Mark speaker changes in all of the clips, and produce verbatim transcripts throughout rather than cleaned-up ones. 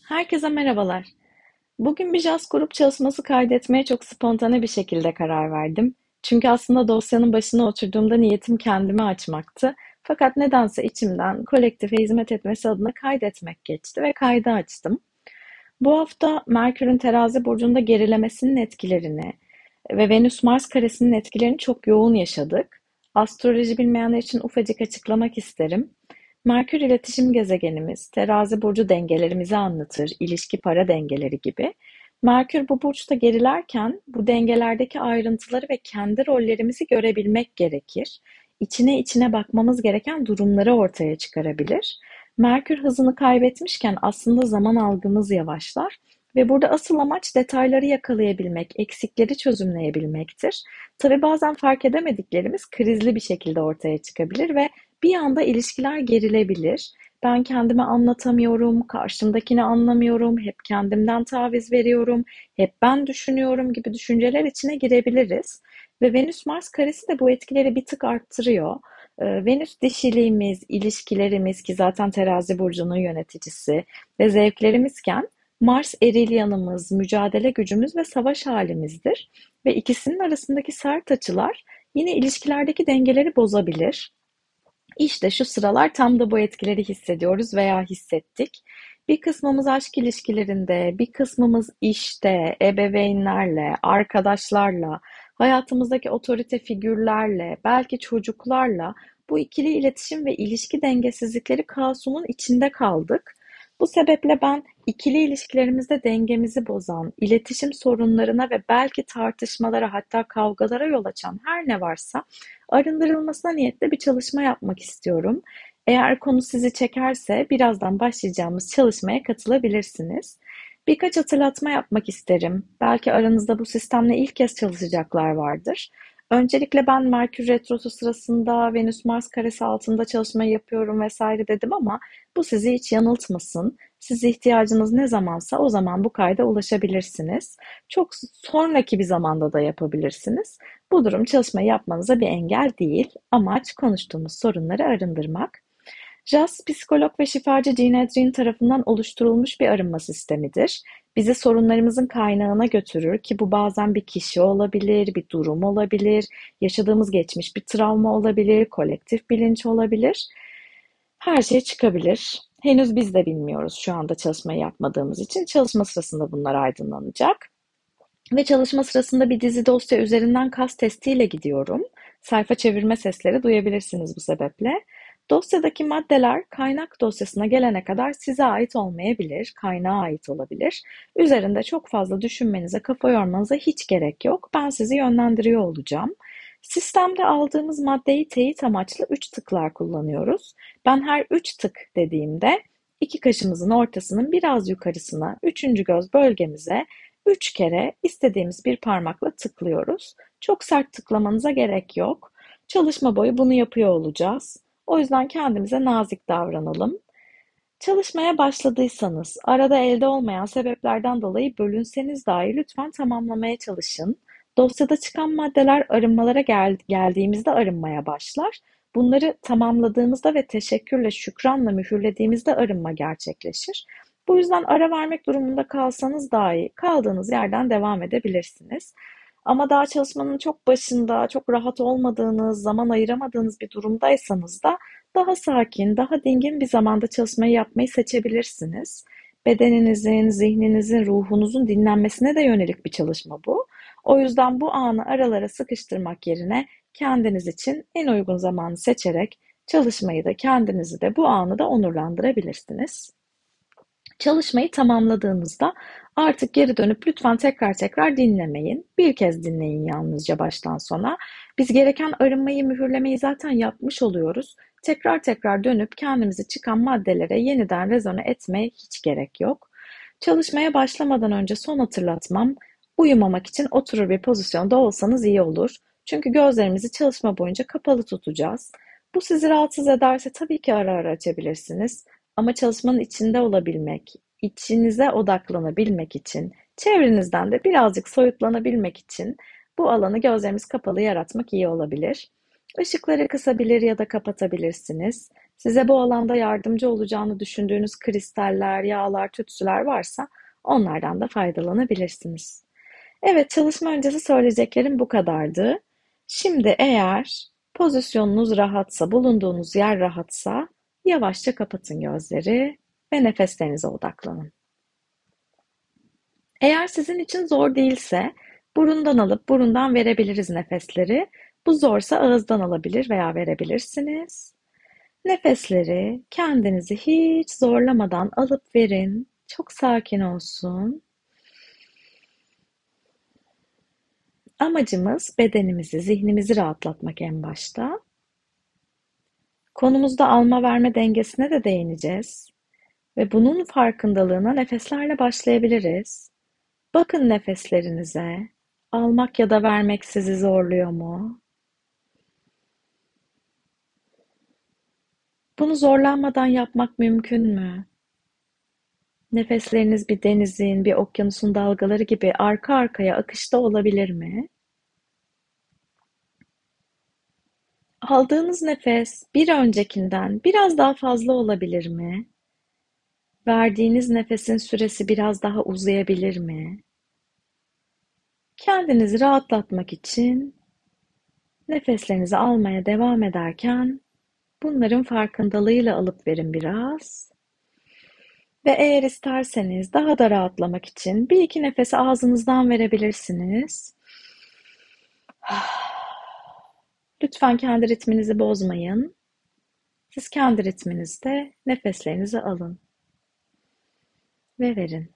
Speaker 1: Herkese merhabalar. Bugün bir jazz grup çalışması kaydetmeye çok spontane bir şekilde karar verdim. Çünkü aslında dosyanın başına oturduğumda niyetim kendimi açmaktı. Fakat nedense içimden kolektife hizmet etmesi adına kaydetmek geçti ve kaydı açtım. Bu hafta Merkür'ün Terazi burcunda gerilemesinin etkilerini ve Venüs-Mars karesinin etkilerini çok yoğun yaşadık. Astroloji bilmeyenler için ufacık açıklamak isterim. Merkür iletişim gezegenimiz, Terazi burcu dengelerimizi anlatır, ilişki para dengeleri gibi. Merkür bu burçta gerilerken bu dengelerdeki ayrıntıları ve kendi rollerimizi görebilmek gerekir. İçine içine bakmamız gereken durumları ortaya çıkarabilir. Merkür hızını kaybetmişken aslında zaman algımız yavaşlar ve burada asıl amaç detayları yakalayabilmek, eksikleri çözümleyebilmektir. Tabii bazen fark edemediklerimiz krizli bir şekilde ortaya çıkabilir ve bir anda ilişkiler gerilebilir. Ben kendimi anlatamıyorum, karşımdakini anlamıyorum, hep kendimden taviz veriyorum, hep ben düşünüyorum gibi düşünceler içine girebiliriz. Ve Venüs-Mars karesi de bu etkileri bir tık arttırıyor. Ee, Venüs dişiliğimiz, ilişkilerimiz ki zaten Terazi burcunun yöneticisi ve zevklerimizken Mars eril yanımız, mücadele gücümüz ve savaş halimizdir. Ve ikisinin arasındaki sert açılar yine ilişkilerdeki dengeleri bozabilir. İşte şu sıralar tam da bu etkileri hissediyoruz veya hissettik. Bir kısmımız aşk ilişkilerinde, bir kısmımız işte, ebeveynlerle, arkadaşlarla, hayatımızdaki otorite figürlerle, belki çocuklarla bu ikili iletişim ve ilişki dengesizlikleri kaosunun içinde kaldık. Bu sebeple ben ikili ilişkilerimizde dengemizi bozan, iletişim sorunlarına ve belki tartışmalara hatta kavgalara yol açan her ne varsa arındırılmasına niyetle bir çalışma yapmak istiyorum. Eğer konu sizi çekerse birazdan başlayacağımız çalışmaya katılabilirsiniz. Birkaç hatırlatma yapmak isterim. Belki aranızda bu sistemle ilk kez çalışacaklar vardır. Öncelikle ben Merkür Retrosu sırasında Venüs Mars karesi altında çalışma yapıyorum vesaire dedim ama bu sizi hiç yanıltmasın. Siz ihtiyacınız ne zamansa o zaman bu kayda ulaşabilirsiniz. Çok sonraki bir zamanda da yapabilirsiniz. Bu durum çalışmayı yapmanıza bir engel değil. Amaç konuştuğumuz sorunları arındırmak. Jas, psikolog ve şifacı Gene Adrian tarafından oluşturulmuş bir arınma sistemidir. Bizi sorunlarımızın kaynağına götürür ki bu bazen bir kişi olabilir, bir durum olabilir, yaşadığımız geçmiş bir travma olabilir, kolektif bilinç olabilir. Her şey çıkabilir. Henüz biz de bilmiyoruz şu anda çalışmayı yapmadığımız için. Çalışma sırasında bunlar aydınlanacak. Ve çalışma sırasında bir dizi dosya üzerinden kas testiyle gidiyorum. Sayfa çevirme sesleri duyabilirsiniz bu sebeple. Dosyadaki maddeler kaynak dosyasına gelene kadar size ait olmayabilir, kaynağa ait olabilir. Üzerinde çok fazla düşünmenize, kafa yormanıza hiç gerek yok. Ben sizi yönlendiriyor olacağım. Sistemde aldığımız maddeyi teyit amaçlı üç tıklar kullanıyoruz. Ben her üç tık dediğimde iki kaşımızın ortasının biraz yukarısına, üçüncü göz bölgemize üç kere istediğimiz bir parmakla tıklıyoruz. Çok sert tıklamanıza gerek yok. Çalışma boyu bunu yapıyor olacağız. O yüzden kendimize nazik davranalım. Çalışmaya başladıysanız, arada elde olmayan sebeplerden dolayı bölünseniz dahi lütfen tamamlamaya çalışın. Dosyada çıkan maddeler arınmalara gel geldiğimizde arınmaya başlar. Bunları tamamladığımızda ve teşekkürle, şükranla mühürlediğimizde arınma gerçekleşir. Bu yüzden ara vermek durumunda kalsanız dahi kaldığınız yerden devam edebilirsiniz. Ama daha çalışmanın çok başında, çok rahat olmadığınız, zaman ayıramadığınız bir durumdaysanız da daha sakin, daha dingin bir zamanda çalışmayı yapmayı seçebilirsiniz. Bedeninizin, zihninizin, ruhunuzun dinlenmesine de yönelik bir çalışma bu. O yüzden bu anı aralara sıkıştırmak yerine kendiniz için en uygun zamanı seçerek çalışmayı da kendinizi de bu anı da onurlandırabilirsiniz. Çalışmayı tamamladığınızda artık geri dönüp lütfen tekrar tekrar dinlemeyin. Bir kez dinleyin yalnızca baştan sona. Biz gereken arınmayı, mühürlemeyi zaten yapmış oluyoruz. Tekrar tekrar dönüp kendimizi çıkan maddelere yeniden rezone etmeye hiç gerek yok. Çalışmaya başlamadan önce son hatırlatmam, uyumamak için oturur bir pozisyonda olsanız iyi olur. Çünkü gözlerimizi çalışma boyunca kapalı tutacağız. Bu sizi rahatsız ederse tabii ki ara ara açabilirsiniz. Ama çalışmanın içinde olabilmek, içinize odaklanabilmek için, çevrenizden de birazcık soyutlanabilmek için bu alanı gözlerimiz kapalı yaratmak iyi olabilir. Işıkları kısabilir ya da kapatabilirsiniz. Size bu alanda yardımcı olacağını düşündüğünüz kristaller, yağlar, tütsüler varsa onlardan da faydalanabilirsiniz. Evet, çalışma öncesi söyleyeceklerim bu kadardı. Şimdi eğer pozisyonunuz rahatsa, bulunduğunuz yer rahatsa yavaşça kapatın gözleri ve nefeslerinize odaklanın. Eğer sizin için zor değilse burundan alıp burundan verebiliriz nefesleri. Bu zorsa ağızdan alabilir veya verebilirsiniz. Nefesleri kendinizi hiç zorlamadan alıp verin. Çok sakin olsun. Amacımız bedenimizi, zihnimizi rahatlatmak en başta. Konumuzda alma verme dengesine de değineceğiz. Ve bunun farkındalığına nefeslerle başlayabiliriz. Bakın nefeslerinize. Almak ya da vermek sizi zorluyor mu? Bunu zorlanmadan yapmak mümkün mü? Nefesleriniz bir denizin, bir okyanusun dalgaları gibi arka arkaya akışta olabilir mi? Aldığınız nefes bir öncekinden biraz daha fazla olabilir mi? Verdiğiniz nefesin süresi biraz daha uzayabilir mi? Kendinizi rahatlatmak için nefeslerinizi almaya devam ederken bunların farkındalığıyla alıp verin biraz. Ve eğer isterseniz daha da rahatlamak için bir iki nefesi ağzınızdan verebilirsiniz. Lütfen kendi ritminizi bozmayın. Siz kendi ritminizde nefeslerinizi alın ve verin.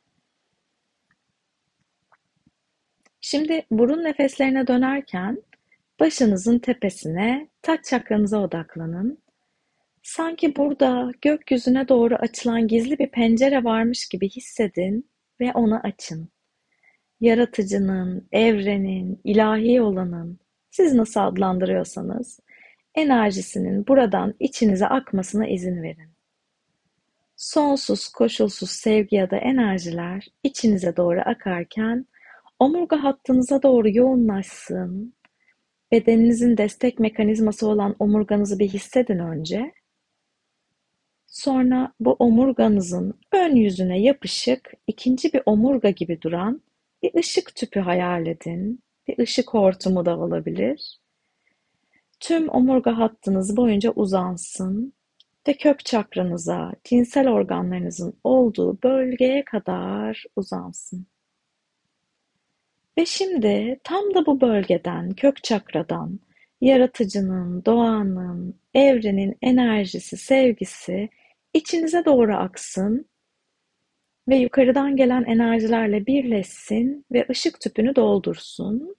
Speaker 1: Şimdi burun nefeslerine dönerken başınızın tepesine, taç çakranıza odaklanın. Sanki burada gökyüzüne doğru açılan gizli bir pencere varmış gibi hissedin ve onu açın. Yaratıcının, evrenin, ilahi olanın, siz nasıl adlandırıyorsanız, enerjisinin buradan içinize akmasına izin verin. Sonsuz, koşulsuz sevgi ya da enerjiler içinize doğru akarken, omurga hattınıza doğru yoğunlaşsın. Bedeninizin destek mekanizması olan omurganızı bir hissedin önce. Sonra bu omurganızın ön yüzüne yapışık ikinci bir omurga gibi duran bir ışık tüpü hayal edin. Bir ışık hortumu da olabilir. Tüm omurga hattınız boyunca uzansın ve kök çakranıza, cinsel organlarınızın olduğu bölgeye kadar uzansın. Ve şimdi tam da bu bölgeden, kök çakradan, yaratıcının, doğanın, evrenin enerjisi, sevgisi içinize doğru aksın ve yukarıdan gelen enerjilerle birleşsin ve ışık tüpünü doldursun.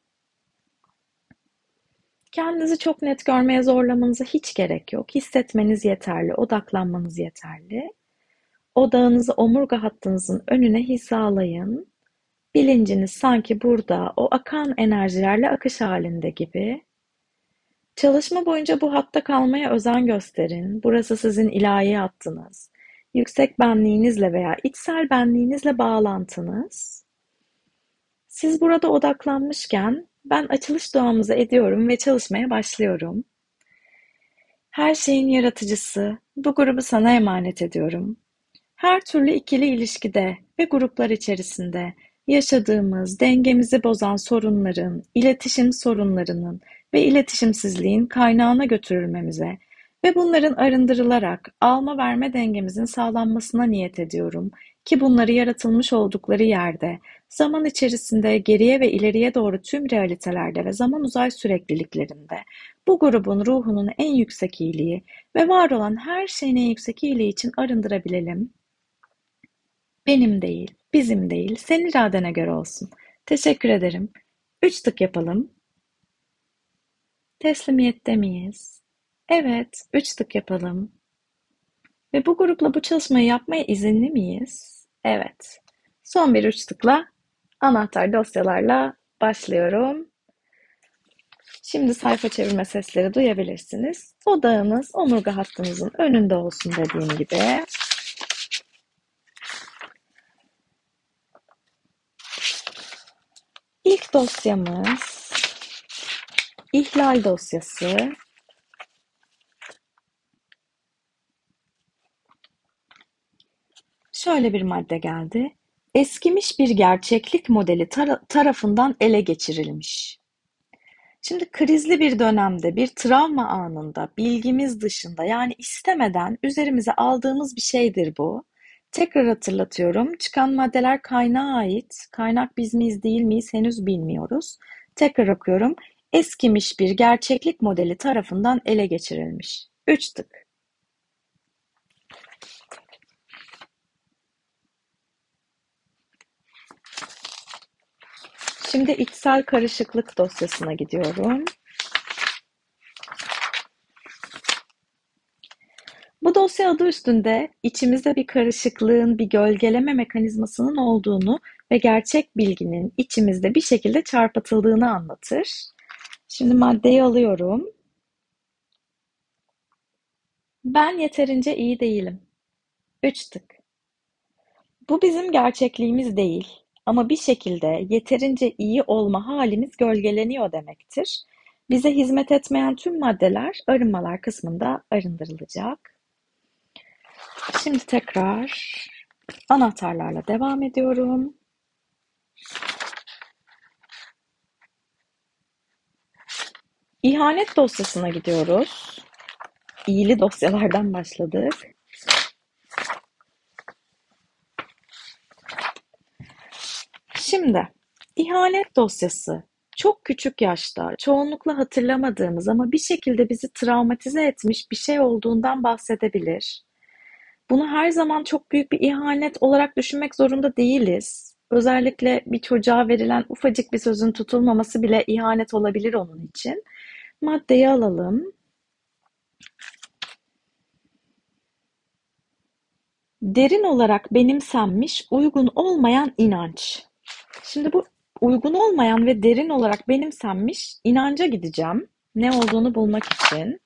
Speaker 1: Kendinizi çok net görmeye zorlamanıza hiç gerek yok. Hissetmeniz yeterli, odaklanmanız yeterli. Odağınızı omurga hattınızın önüne hizalayın. Bilinciniz sanki burada o akan enerjilerle akış halinde gibi. Çalışma boyunca bu hatta kalmaya özen gösterin. Burası sizin ilahi hattınız. Yüksek benliğinizle veya içsel benliğinizle bağlantınız. Siz burada odaklanmışken ben açılış duamızı ediyorum ve çalışmaya başlıyorum. Her şeyin yaratıcısı, bu grubu sana emanet ediyorum. Her türlü ikili ilişkide ve gruplar içerisinde yaşadığımız dengemizi bozan sorunların, iletişim sorunlarının ve iletişimsizliğin kaynağına götürülmemize ve bunların arındırılarak alma verme dengemizin sağlanmasına niyet ediyorum ki bunları yaratılmış oldukları yerde, zaman içerisinde geriye ve ileriye doğru tüm realitelerde ve zaman uzay sürekliliklerinde bu grubun ruhunun en yüksek iyiliği ve var olan her şeyin en yüksek iyiliği için arındırabilelim. Benim değil, bizim değil, senin iradene göre olsun. Teşekkür ederim. Üç tık yapalım. Teslimiyette miyiz? Evet, üç tık yapalım. Ve bu grupla bu çalışmayı yapmaya izinli miyiz? Evet. Son bir üç tıkla anahtar dosyalarla başlıyorum. Şimdi sayfa çevirme sesleri duyabilirsiniz. Odağınız omurga hattınızın önünde olsun dediğim gibi. İlk dosyamız ihlal dosyası. Şöyle bir madde geldi. Eskimiş bir gerçeklik modeli tara- tarafından ele geçirilmiş. Şimdi krizli bir dönemde, bir travma anında, bilgimiz dışında yani istemeden üzerimize aldığımız bir şeydir bu. Tekrar hatırlatıyorum. Çıkan maddeler kaynağa ait. Kaynak biz miyiz değil miyiz henüz bilmiyoruz. Tekrar okuyorum. Eskimiş bir gerçeklik modeli tarafından ele geçirilmiş. Üç tık. Şimdi içsel karışıklık dosyasına gidiyorum. Bu dosya adı üstünde içimizde bir karışıklığın, bir gölgeleme mekanizmasının olduğunu ve gerçek bilginin içimizde bir şekilde çarpıtıldığını anlatır. Şimdi maddeyi alıyorum. Ben yeterince iyi değilim. Üç tık. Bu bizim gerçekliğimiz değil ama bir şekilde yeterince iyi olma halimiz gölgeleniyor demektir. Bize hizmet etmeyen tüm maddeler arınmalar kısmında arındırılacak. Şimdi tekrar anahtarlarla devam ediyorum. İhanet dosyasına gidiyoruz. İyili dosyalardan başladık. Şimdi ihanet dosyası çok küçük yaşta, çoğunlukla hatırlamadığımız ama bir şekilde bizi travmatize etmiş bir şey olduğundan bahsedebilir. Bunu her zaman çok büyük bir ihanet olarak düşünmek zorunda değiliz. Özellikle bir çocuğa verilen ufacık bir sözün tutulmaması bile ihanet olabilir onun için. Maddeyi alalım. Derin olarak benimsenmiş, uygun olmayan inanç. Şimdi bu uygun olmayan ve derin olarak benimsenmiş inanca gideceğim. Ne olduğunu bulmak için.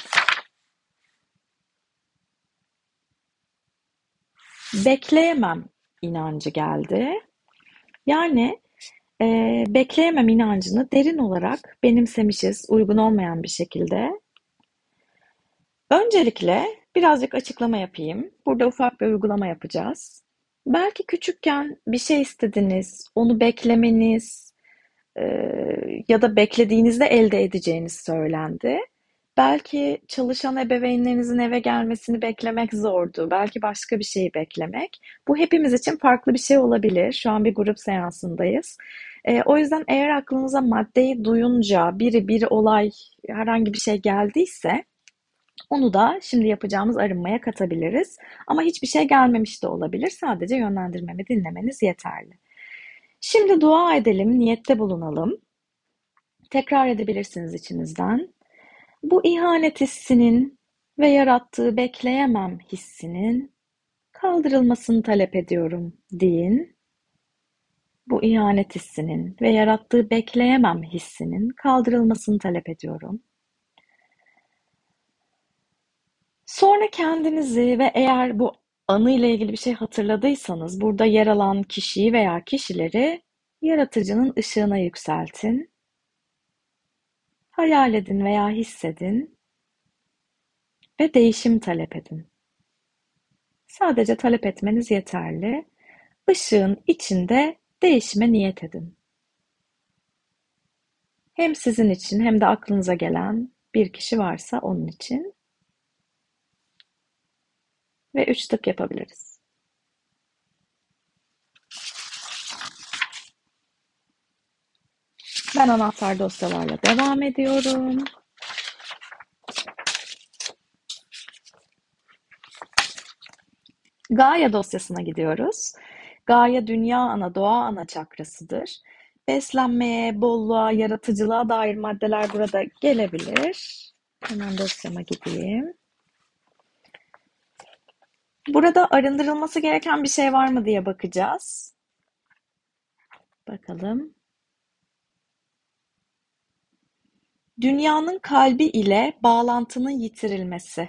Speaker 1: Bekleyemem inancı geldi. Yani e, bekleyemem inancını derin olarak benimsemişiz, uygun olmayan bir şekilde. Öncelikle birazcık açıklama yapayım. Burada ufak bir uygulama yapacağız. Belki küçükken bir şey istediniz, onu beklemeniz, Eee, ya da beklediğinizde elde edeceğiniz söylendi. Belki çalışan ebeveynlerinizin eve gelmesini beklemek zordu. Belki başka bir şeyi beklemek. Bu hepimiz için farklı bir şey olabilir. Şu an bir grup seansındayız. Eee, o yüzden eğer aklınıza maddeyi duyunca biri, bir olay, herhangi bir şey geldiyse onu da şimdi yapacağımız arınmaya katabiliriz. Ama hiçbir şey gelmemiş de olabilir. Sadece yönlendirmemi dinlemeniz yeterli. Şimdi dua edelim, niyette bulunalım. Tekrar edebilirsiniz içinizden. Bu ihanet hissinin ve yarattığı bekleyemem hissinin kaldırılmasını talep ediyorum deyin. Bu ihanet hissinin ve yarattığı bekleyemem hissinin kaldırılmasını talep ediyorum. Sonra kendinizi ve eğer bu anı ile ilgili bir şey hatırladıysanız burada yer alan kişiyi veya kişileri yaratıcının ışığına yükseltin. Hayal edin veya hissedin ve değişim talep edin. Sadece talep etmeniz yeterli. Işığın içinde değişime niyet edin. Hem sizin için hem de aklınıza gelen bir kişi varsa onun için. Ve üç tık yapabiliriz. Ben anahtar dosyalarla devam ediyorum. Gaia dosyasına gidiyoruz. Gaia dünya ana, doğa ana çakrasıdır. Beslenmeye, bolluğa, yaratıcılığa dair maddeler burada gelebilir. Hemen dosyama gideyim. Burada arındırılması gereken bir şey var mı diye bakacağız. Bakalım. Dünyanın kalbi ile bağlantının yitirilmesi.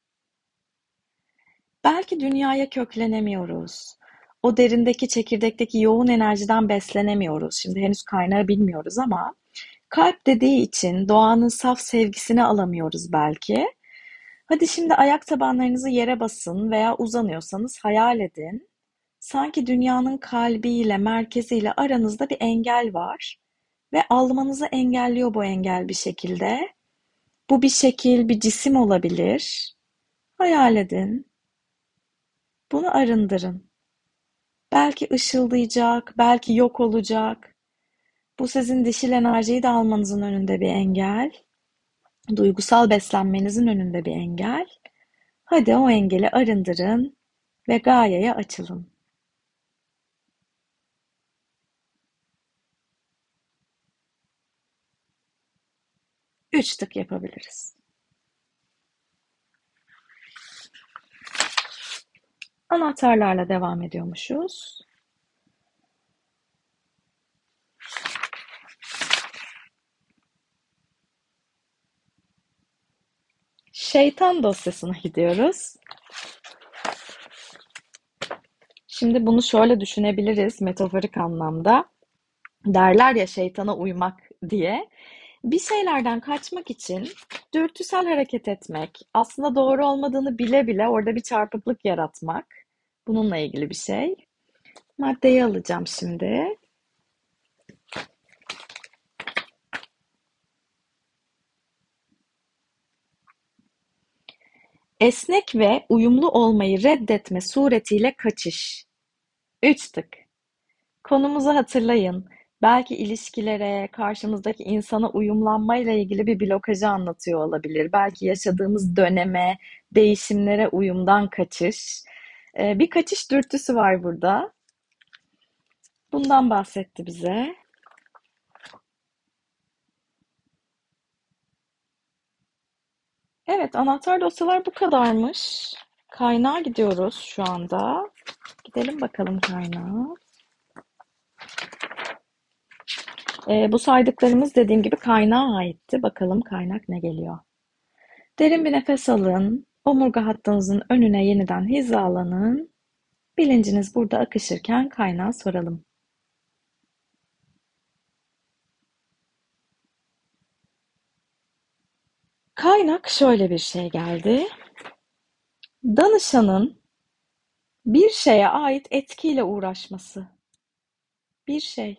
Speaker 1: Belki dünyaya köklenemiyoruz. O derindeki çekirdekteki yoğun enerjiden beslenemiyoruz. Şimdi henüz kaynağı bilmiyoruz ama kalp dediği için doğanın saf sevgisini alamıyoruz belki. Hadi şimdi ayak tabanlarınızı yere basın veya uzanıyorsanız hayal edin. Sanki dünyanın kalbiyle, merkeziyle aranızda bir engel var ve almanızı engelliyor bu engel bir şekilde. Bu bir şekil, bir cisim olabilir. Hayal edin. Bunu arındırın. Belki ışıldayacak, belki yok olacak. Bu sizin dişil enerjiyi de almanızın önünde bir engel. Duygusal beslenmenizin önünde bir engel. Hadi o engeli arındırın ve gayeye açılın. Üç tık yapabiliriz. Anahtarlarla devam ediyormuşuz. Şeytan dosyasına gidiyoruz. Şimdi bunu şöyle düşünebiliriz metaforik anlamda. Derler ya şeytana uymak diye. Bir şeylerden kaçmak için dürtüsel hareket etmek, aslında doğru olmadığını bile bile orada bir çarpıklık yaratmak. Bununla ilgili bir şey. Maddeyi alacağım şimdi. Esnek ve uyumlu olmayı reddetme suretiyle kaçış. Üç tık. Konumuzu hatırlayın. Belki ilişkilere, karşımızdaki insana uyumlanmayla ilgili bir blokajı anlatıyor olabilir. Belki yaşadığımız döneme, değişimlere uyumdan kaçış. Ee, bir kaçış dürtüsü var burada. Bundan bahsetti bize. Evet, anahtar dosyalar bu kadarmış. Kaynağa gidiyoruz şu anda. Gidelim bakalım kaynağa. Ee, bu saydıklarımız dediğim gibi kaynağa aitti. Bakalım kaynak ne geliyor. Derin bir nefes alın. Omurga hattınızın önüne yeniden hizalanın. Bilinciniz burada akışırken kaynağı soralım. Kaynak şöyle bir şey geldi. Danışanın bir şeye ait etkiyle uğraşması. Bir şey.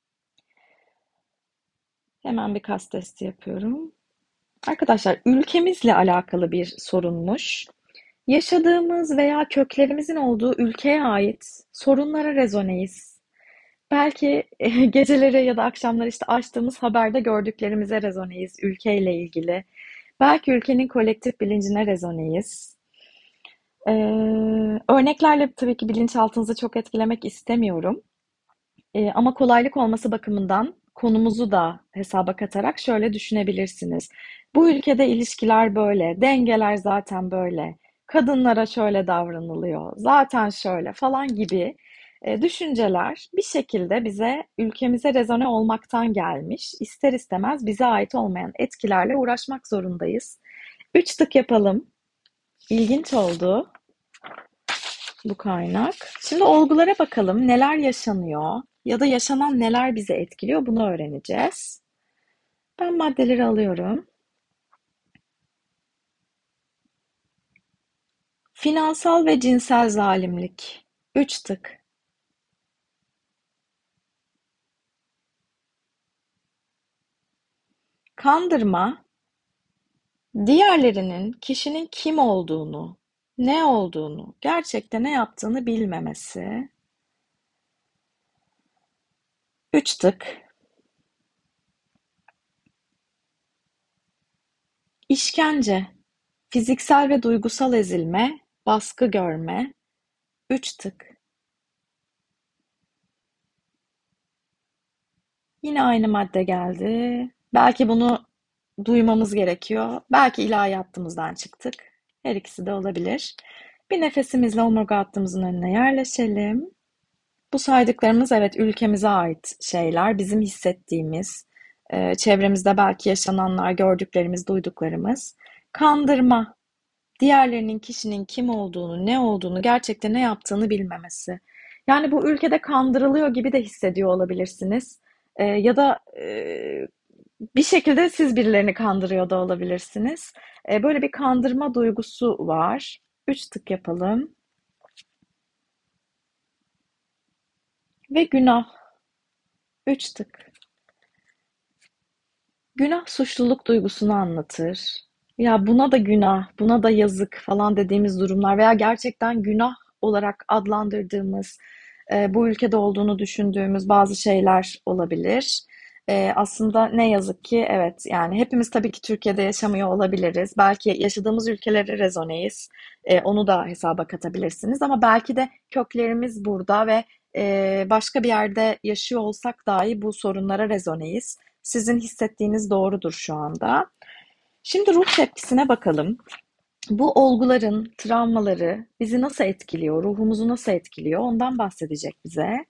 Speaker 1: Hemen bir kas testi yapıyorum. Arkadaşlar ülkemizle alakalı bir sorunmuş. Yaşadığımız veya köklerimizin olduğu ülkeye ait sorunlara rezoneyiz. Belki geceleri ya da akşamları işte açtığımız haberde gördüklerimize rezoneyiz ülkeyle ilgili. Belki ülkenin kolektif bilincine rezoneyiz. Ee, Örneklerle tabii ki bilinçaltınızı çok etkilemek istemiyorum. Ee, ama kolaylık olması bakımından konumuzu da hesaba katarak şöyle düşünebilirsiniz. Bu ülkede ilişkiler böyle, dengeler zaten böyle, kadınlara şöyle davranılıyor, zaten şöyle falan gibi e, düşünceler bir şekilde bize, ülkemize rezone olmaktan gelmiş. İster istemez bize ait olmayan etkilerle uğraşmak zorundayız. Üç tık yapalım. İlginç oldu bu kaynak. Şimdi olgulara bakalım. Neler yaşanıyor ya da yaşanan neler bizi etkiliyor bunu öğreneceğiz. Ben maddeleri alıyorum. Finansal ve cinsel zalimlik. Üç tık. Kandırma, diğerlerinin kişinin kim olduğunu, ne olduğunu, gerçekte ne yaptığını bilmemesi. Üç tık. İşkence, fiziksel ve duygusal ezilme, baskı görme. Üç tık. Yine aynı madde geldi. Belki bunu duymamız gerekiyor. Belki ilahi hattımızdan çıktık. Her ikisi de olabilir. Bir nefesimizle omurga hattımızın önüne yerleşelim. Bu saydıklarımız evet ülkemize ait şeyler. Bizim hissettiğimiz, e, çevremizde belki yaşananlar, gördüklerimiz, duyduklarımız. Kandırma, diğerlerinin kişinin kim olduğunu, ne olduğunu, gerçekte ne yaptığını bilmemesi. Yani bu ülkede kandırılıyor gibi de hissediyor olabilirsiniz. Ee, ya da e, bir şekilde siz birilerini kandırıyor da olabilirsiniz. Ee, böyle bir kandırma duygusu var. Üç tık yapalım. Ve günah. Üç tık. Günah suçluluk duygusunu anlatır. Ya buna da günah, buna da yazık falan dediğimiz durumlar veya gerçekten günah olarak adlandırdığımız, e, bu ülkede olduğunu düşündüğümüz bazı şeyler olabilir. E, aslında ne yazık ki evet yani hepimiz tabii ki Türkiye'de yaşamıyor olabiliriz. Belki yaşadığımız ülkelere rezoneyiz. E, onu da hesaba katabilirsiniz ama belki de köklerimiz burada ve e, başka bir yerde yaşıyor olsak dahi bu sorunlara rezoneyiz. Sizin hissettiğiniz doğrudur şu anda. Şimdi ruh tepkisine bakalım. Bu olguların, travmaları bizi nasıl etkiliyor, ruhumuzu nasıl etkiliyor ondan bahsedecek bize.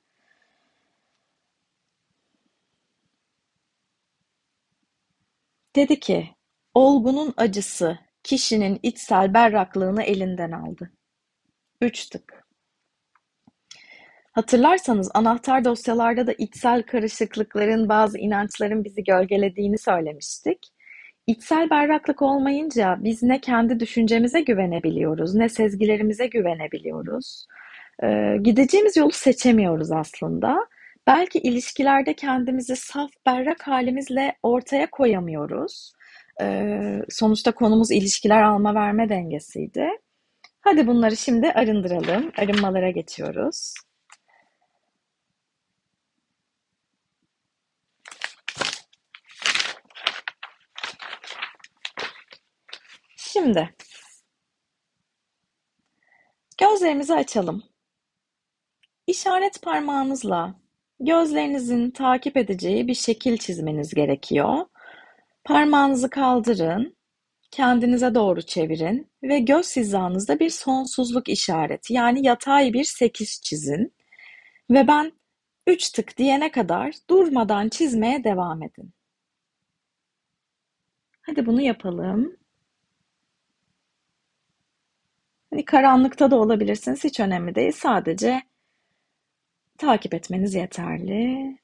Speaker 1: Dedi ki, olgunun acısı kişinin içsel berraklığını elinden aldı. Üç tık. Hatırlarsanız anahtar dosyalarda da içsel karışıklıkların, bazı inançların bizi gölgelediğini söylemiştik. İçsel berraklık olmayınca biz ne kendi düşüncemize güvenebiliyoruz, ne sezgilerimize güvenebiliyoruz. Ee, gideceğimiz yolu seçemiyoruz aslında. Belki ilişkilerde kendimizi saf, berrak halimizle ortaya koyamıyoruz. Ee, sonuçta konumuz ilişkiler alma verme dengesiydi. Hadi bunları şimdi arındıralım. Arınmalara geçiyoruz. Şimdi gözlerimizi açalım. İşaret parmağınızla gözlerinizin takip edeceği bir şekil çizmeniz gerekiyor. Parmağınızı kaldırın, kendinize doğru çevirin ve göz hizanızda bir sonsuzluk işareti yani yatay bir sekiz çizin ve ben üç tık diyene kadar durmadan çizmeye devam edin. Hadi bunu yapalım. Hani karanlıkta da olabilirsiniz, hiç önemli değil. Sadece takip etmeniz yeterli.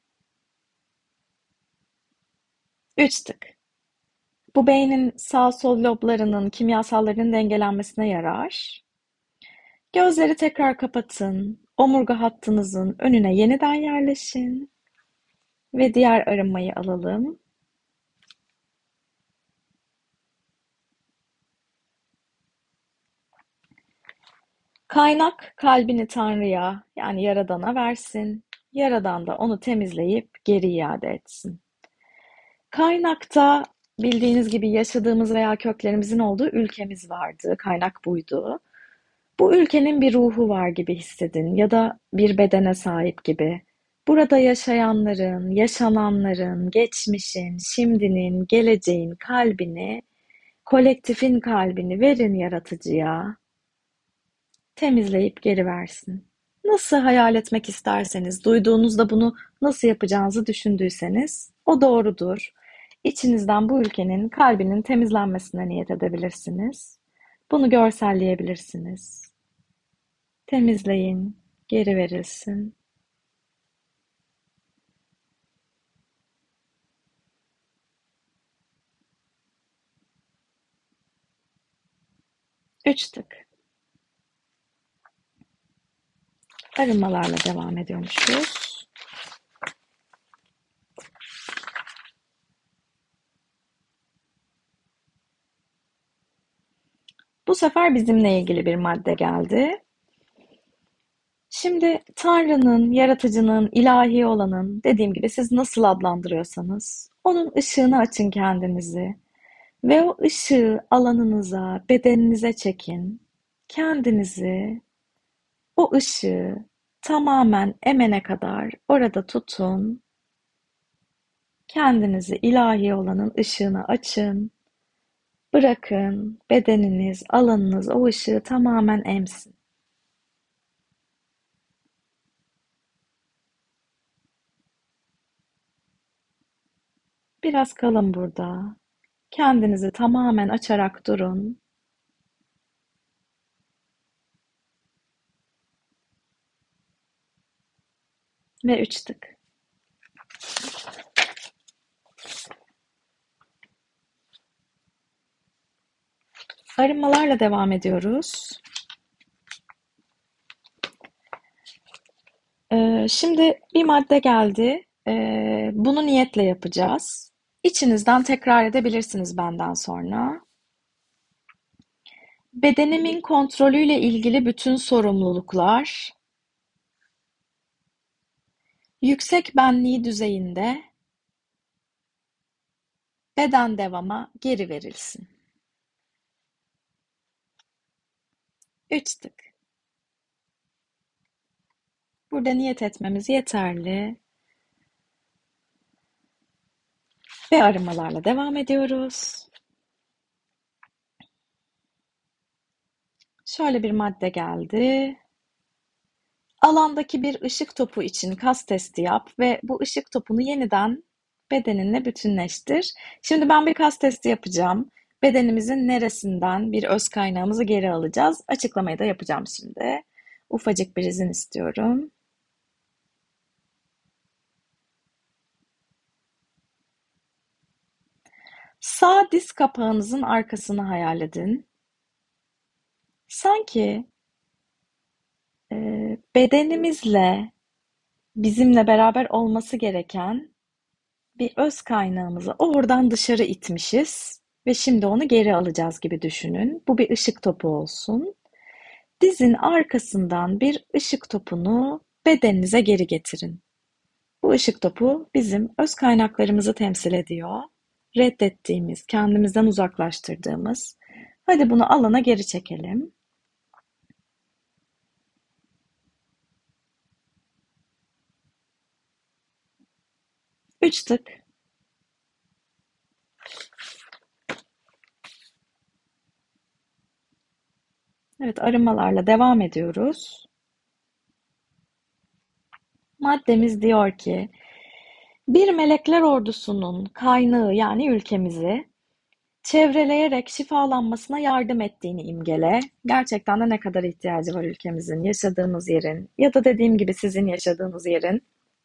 Speaker 1: Üç tık. Bu beynin sağ sol loblarının kimyasallarının dengelenmesine yarar. Gözleri tekrar kapatın. Omurga hattınızın önüne yeniden yerleşin ve diğer arınmayı alalım. Kaynak kalbini Tanrı'ya yani Yaradan'a versin. Yaradan da onu temizleyip geri iade etsin. Kaynakta bildiğiniz gibi yaşadığımız veya köklerimizin olduğu ülkemiz vardı. Kaynak buydu. Bu ülkenin bir ruhu var gibi hissedin ya da bir bedene sahip gibi. Burada yaşayanların, yaşananların, geçmişin, şimdinin, geleceğin kalbini, kolektifin kalbini verin yaratıcıya, temizleyip geri versin. Nasıl hayal etmek isterseniz, duyduğunuzda bunu nasıl yapacağınızı düşündüyseniz o doğrudur. İçinizden bu ülkenin kalbinin temizlenmesine niyet edebilirsiniz. Bunu görselleyebilirsiniz. Temizleyin, geri verilsin. Üç tık. Arınmalarla devam ediyormuşuz. Bu sefer bizimle ilgili bir madde geldi. Şimdi Tanrı'nın, yaratıcının, ilahi olanın, dediğim gibi siz nasıl adlandırıyorsanız, onun ışığını açın kendinizi ve o ışığı alanınıza, bedeninize çekin. Kendinizi o ışığı tamamen emene kadar orada tutun. Kendinizi ilahi olanın ışığına açın. Bırakın bedeniniz, alanınız o ışığı tamamen emsin. Biraz kalın burada. Kendinizi tamamen açarak durun ve üç tık. Arınmalarla devam ediyoruz. Ee, Şimdi bir madde geldi. Ee, bunu niyetle yapacağız. İçinizden tekrar edebilirsiniz benden sonra. Bedenimin kontrolüyle ilgili bütün sorumluluklar yüksek benliği düzeyinde beden devama geri verilsin. Üç tık. Burada niyet etmemiz yeterli ve arımalarla devam ediyoruz. Şöyle bir madde geldi. Alandaki bir ışık topu için kas testi yap ve bu ışık topunu yeniden bedeninle bütünleştir. Şimdi ben bir kas testi yapacağım. Bedenimizin neresinden bir öz kaynağımızı geri alacağız? Açıklamayı da yapacağım şimdi. Ufacık bir izin istiyorum. Sağ diz kapağınızın arkasını hayal edin. Sanki e, bedenimizle bizimle beraber olması gereken bir öz kaynağımızı oradan dışarı itmişiz ve şimdi onu geri alacağız gibi düşünün. Bu bir ışık topu olsun. Dizin arkasından bir ışık topunu bedeninize geri getirin. Bu ışık topu bizim öz kaynaklarımızı temsil ediyor. Reddettiğimiz, kendimizden uzaklaştırdığımız. Hadi bunu alana geri çekelim. Üç tık. Evet, arımalarla devam ediyoruz. Maddemiz diyor ki, bir melekler ordusunun kaynağı yani ülkemizi çevreleyerek şifalanmasına yardım ettiğini imgele. Gerçekten de ne kadar ihtiyacı var ülkemizin, yaşadığımız yerin ya da dediğim gibi sizin yaşadığınız yerin.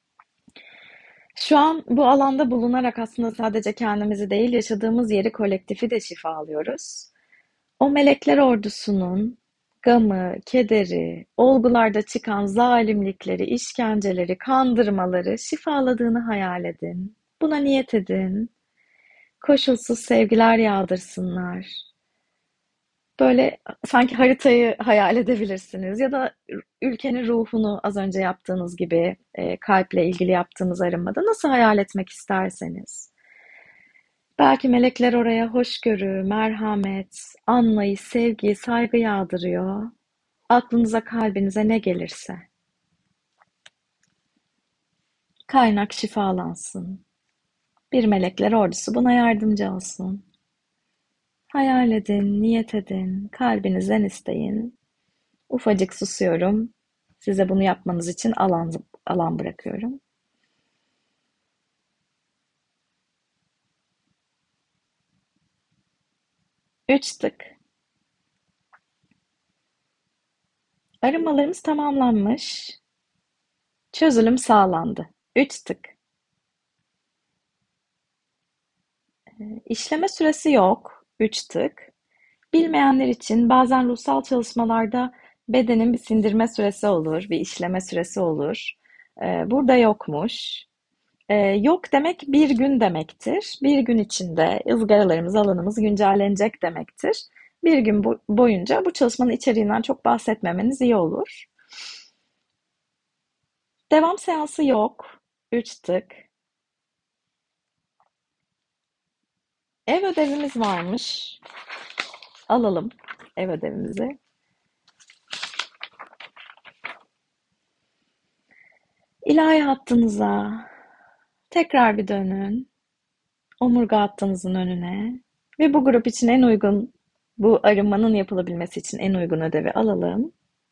Speaker 1: Şu an bu alanda bulunarak aslında sadece kendimizi değil, yaşadığımız yeri, kolektifi de şifalıyoruz. O melekler ordusunun gamı, kederi, olgularda çıkan zalimlikleri, işkenceleri, kandırmaları şifaladığını hayal edin. Buna niyet edin. Koşulsuz sevgiler yağdırsınlar. Böyle sanki haritayı hayal edebilirsiniz ya da ülkenin ruhunu az önce yaptığınız gibi e, kalple ilgili yaptığınız arınmada nasıl hayal etmek isterseniz. Belki melekler oraya hoşgörü, merhamet, anlayış, sevgi, saygı yağdırıyor. Aklınıza, kalbinize ne gelirse. Kaynak şifalansın. Bir melekler ordusu buna yardımcı olsun. Hayal edin, niyet edin, kalbinizden isteyin. Ufacık susuyorum. Size bunu yapmanız için alan, alan bırakıyorum. Üç tık. Aramalarımız tamamlanmış. Çözülüm sağlandı. Üç tık. İşleme süresi yok. Üç tık. Bilmeyenler için bazen ruhsal çalışmalarda bedenin bir sindirme süresi olur, bir işleme süresi olur. Ee, Burada yokmuş. Ee, yok demek bir gün demektir. Bir gün içinde ızgaralarımız, alanımız güncellenecek demektir. Bir gün bo- boyunca bu çalışmanın içeriğinden çok bahsetmemeniz iyi olur. Devam seansı yok. Üç tık. Ev ödevimiz varmış. Alalım ev ödevimizi. İlahi hattınıza tekrar bir dönün. Omurga hattınızın önüne. Ve bu grup için en uygun, bu arınmanın yapılabilmesi için en uygun ödevi alalım.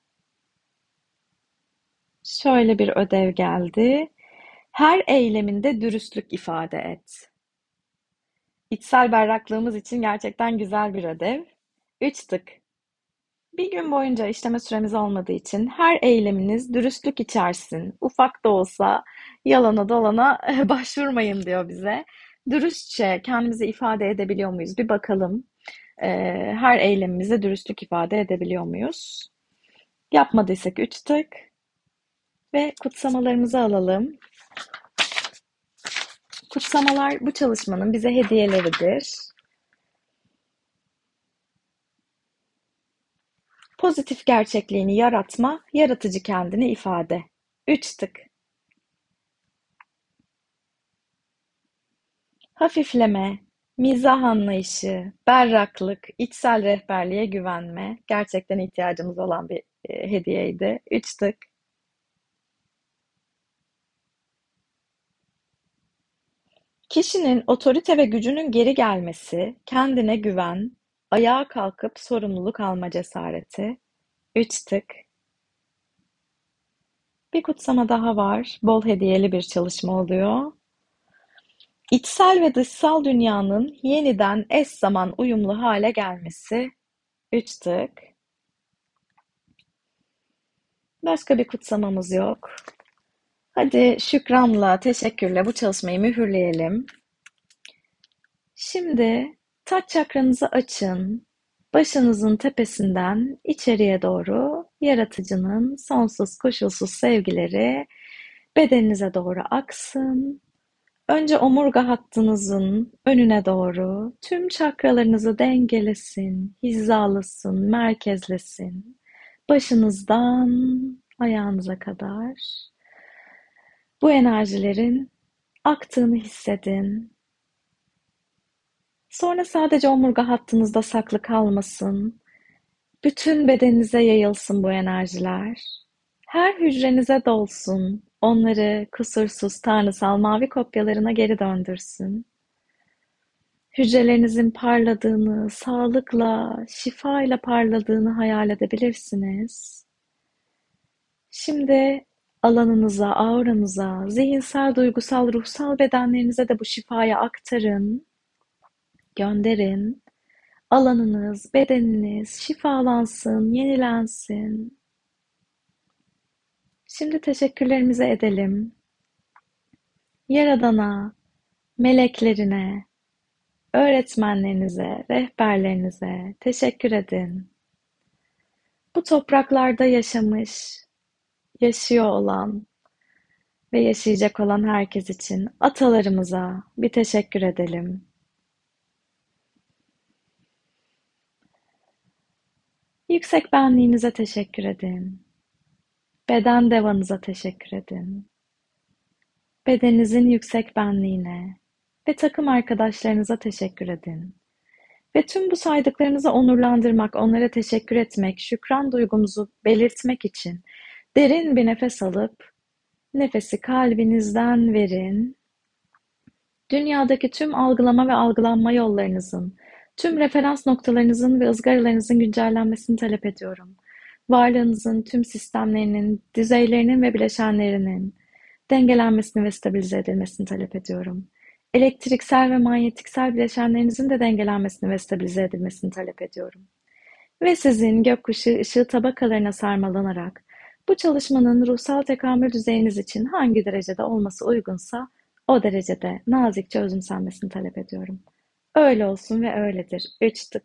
Speaker 1: Şöyle bir ödev geldi. Her eyleminde dürüstlük ifade et. İçsel berraklığımız için gerçekten güzel bir ödev. Üç tık. Bir gün boyunca işleme süremiz olmadığı için her eyleminiz dürüstlük içersin. Ufak da olsa yalana dolana başvurmayın diyor bize. Dürüstçe kendimizi ifade edebiliyor muyuz? Bir bakalım. Ee, Her eylemimize dürüstlük ifade edebiliyor muyuz? Yapmadıysak üç tık. Ve kutsamalarımızı alalım. Kutsamalar bu çalışmanın bize hediyeleridir. Pozitif gerçekliğini yaratma, yaratıcı kendini ifade. Üç tık. Hafifleme, mizah anlayışı, berraklık, içsel rehberliğe güvenme. Gerçekten ihtiyacımız olan bir e, hediyeydi. Üç tık. Kişinin otorite ve gücünün geri gelmesi, kendine güven, ayağa kalkıp sorumluluk alma cesareti. Üç tık. Bir kutsama daha var. Bol hediyeli bir çalışma oluyor. İçsel ve dışsal dünyanın yeniden eş zaman uyumlu hale gelmesi. Üç tık. Başka bir kutsamamız yok. Hadi şükranla, teşekkürle bu çalışmayı mühürleyelim. Şimdi taç çakranızı açın. Başınızın tepesinden içeriye doğru yaratıcının sonsuz koşulsuz sevgileri bedeninize doğru aksın. Önce omurga hattınızın önüne doğru tüm çakralarınızı dengelesin, hizalasın, merkezlesin. Başınızdan ayağınıza kadar bu enerjilerin aktığını hissedin. Sonra sadece omurga hattınızda saklı kalmasın. Bütün bedeninize yayılsın bu enerjiler. Her hücrenize dolsun. Onları kusursuz tanrısal mavi kopyalarına geri döndürsün. Hücrelerinizin parladığını, sağlıkla, şifayla parladığını hayal edebilirsiniz. Şimdi alanınıza, auranıza, zihinsel, duygusal, ruhsal bedenlerinize de bu şifayı aktarın, gönderin. Alanınız, bedeniniz şifalansın, yenilensin. Şimdi teşekkürlerimizi edelim. Yaradana, meleklerine, öğretmenlerinize, rehberlerinize teşekkür edin. Bu topraklarda yaşamış, yaşıyor olan ve yaşayacak olan herkes için atalarımıza bir teşekkür edelim. Yüksek benliğinize teşekkür edin. Beden devanıza teşekkür edin. Bedeninizin yüksek benliğine ve takım arkadaşlarınıza teşekkür edin. Ve tüm bu saydıklarınızı onurlandırmak, onlara teşekkür etmek, şükran duygumuzu belirtmek için derin bir nefes alıp nefesi kalbinizden verin. Dünyadaki tüm algılama ve algılanma yollarınızın, tüm referans noktalarınızın ve ızgaralarınızın güncellenmesini talep ediyorum. Varlığınızın tüm sistemlerinin, düzeylerinin ve bileşenlerinin dengelenmesini ve stabilize edilmesini talep ediyorum. Elektriksel ve manyetiksel bileşenlerinizin de dengelenmesini ve stabilize edilmesini talep ediyorum. Ve sizin gökkuşağı ışığı tabakalarına sarmalanarak bu çalışmanın ruhsal tekamül düzeyiniz için hangi derecede olması uygunsa o derecede nazikçe özümsenmesini talep ediyorum. Öyle olsun ve öyledir. Üç tık.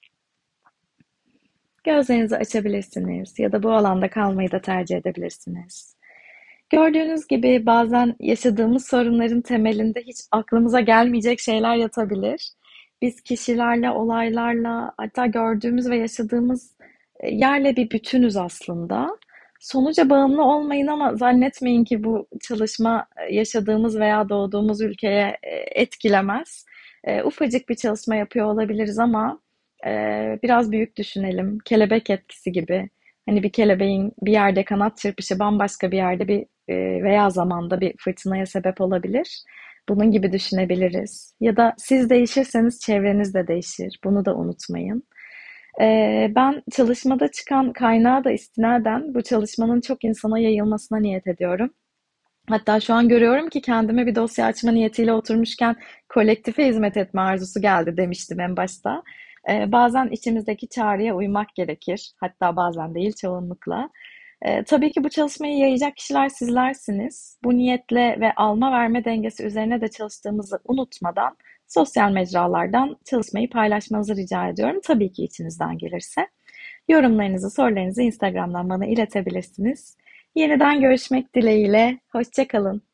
Speaker 1: Gözlerinizi açabilirsiniz ya da bu alanda kalmayı da tercih edebilirsiniz. Gördüğünüz gibi bazen yaşadığımız sorunların temelinde hiç aklımıza gelmeyecek şeyler yatabilir. Biz kişilerle, olaylarla, hatta gördüğümüz ve yaşadığımız e, yerle bir bütünüz aslında. Sonuca bağımlı olmayın ama zannetmeyin ki bu çalışma e, yaşadığımız veya doğduğumuz ülkeye e, etkilemez. E, ufacık bir çalışma yapıyor olabiliriz ama e, biraz büyük düşünelim. Kelebek etkisi gibi. Hani bir kelebeğin bir yerde kanat çırpışı bambaşka bir yerde bir e, veya zamanda bir fırtınaya sebep olabilir. Bunun gibi düşünebiliriz. Ya da siz değişirseniz çevreniz de değişir. Bunu da unutmayın. E, ben çalışmada çıkan kaynağı da istinaden bu çalışmanın çok insana yayılmasına niyet ediyorum. Hatta şu an görüyorum ki kendime bir dosya açma niyetiyle oturmuşken kolektife hizmet etme arzusu geldi demiştim en başta. Ee, bazen içimizdeki çağrıya uymak gerekir. Hatta bazen değil çoğunlukla. Ee, tabii ki bu çalışmayı yayacak kişiler sizlersiniz. Bu niyetle ve alma verme dengesi üzerine de çalıştığımızı unutmadan sosyal mecralardan çalışmayı paylaşmanızı rica ediyorum. Tabii ki içinizden gelirse. Yorumlarınızı, sorularınızı Instagram'dan bana iletebilirsiniz. Yeniden görüşmek dileğiyle. Hoşça kalın.